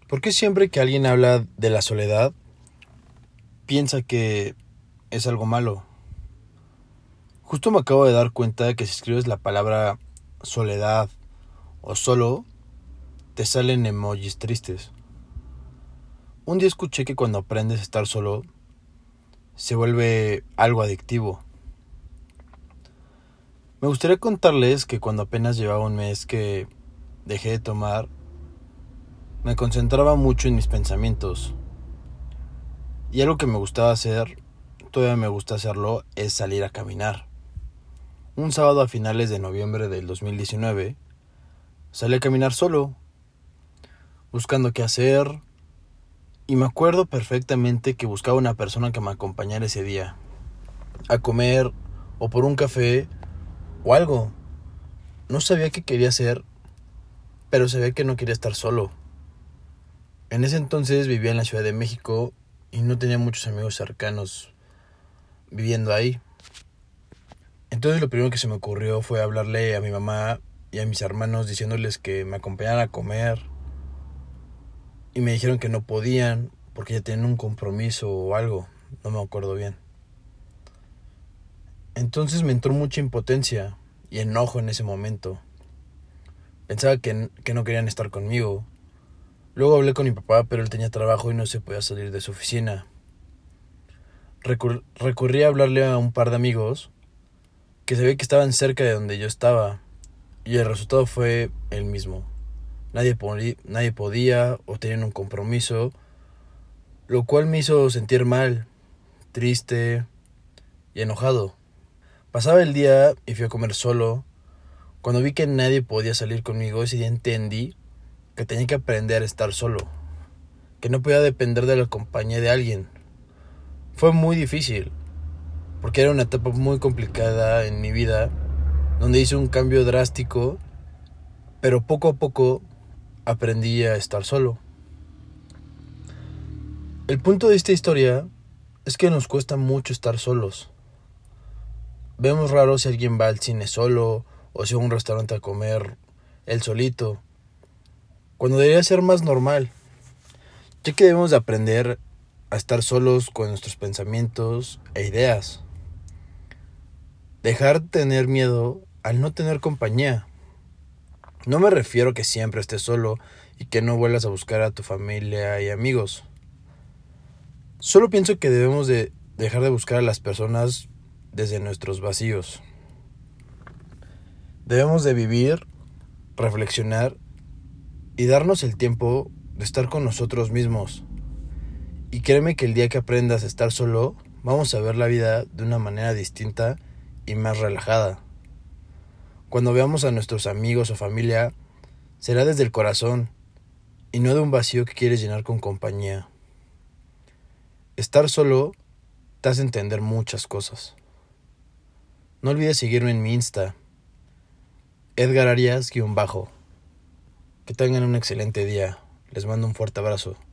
¿Por qué siempre que alguien habla de la soledad piensa que es algo malo? Justo me acabo de dar cuenta de que si escribes la palabra soledad o solo, te salen emojis tristes. Un día escuché que cuando aprendes a estar solo, se vuelve algo adictivo. Me gustaría contarles que cuando apenas llevaba un mes que dejé de tomar, me concentraba mucho en mis pensamientos. Y algo que me gustaba hacer, todavía me gusta hacerlo, es salir a caminar. Un sábado a finales de noviembre del 2019, salí a caminar solo, buscando qué hacer, y me acuerdo perfectamente que buscaba una persona que me acompañara ese día, a comer, o por un café, o algo. No sabía qué quería hacer, pero sabía que no quería estar solo. En ese entonces vivía en la Ciudad de México y no tenía muchos amigos cercanos viviendo ahí. Entonces lo primero que se me ocurrió fue hablarle a mi mamá y a mis hermanos diciéndoles que me acompañaran a comer. Y me dijeron que no podían porque ya tenían un compromiso o algo, no me acuerdo bien. Entonces me entró mucha impotencia y enojo en ese momento. Pensaba que no querían estar conmigo. Luego hablé con mi papá, pero él tenía trabajo y no se podía salir de su oficina. Recurrí a hablarle a un par de amigos que sabía que estaban cerca de donde yo estaba, y el resultado fue el mismo. Nadie podía o tenían un compromiso, lo cual me hizo sentir mal, triste y enojado. Pasaba el día y fui a comer solo. Cuando vi que nadie podía salir conmigo, ese día entendí que tenía que aprender a estar solo, que no podía depender de la compañía de alguien. Fue muy difícil, porque era una etapa muy complicada en mi vida, donde hice un cambio drástico, pero poco a poco aprendí a estar solo. El punto de esta historia es que nos cuesta mucho estar solos. Vemos raro si alguien va al cine solo o si va a un restaurante a comer él solito, cuando debería ser más normal, ya que debemos de aprender a estar solos con nuestros pensamientos e ideas. Dejar de tener miedo al no tener compañía. No me refiero a que siempre estés solo y que no vuelvas a buscar a tu familia y amigos. Solo pienso que debemos de dejar de buscar a las personas desde nuestros vacíos. Debemos de vivir, reflexionar y darnos el tiempo de estar con nosotros mismos. Y créeme que el día que aprendas a estar solo, vamos a ver la vida de una manera distinta y más relajada. Cuando veamos a nuestros amigos o familia, será desde el corazón y no de un vacío que quieres llenar con compañía. Estar solo te hace entender muchas cosas. No olvides seguirme en mi Insta, Edgar Arias_. Que tengan un excelente día. Les mando un fuerte abrazo.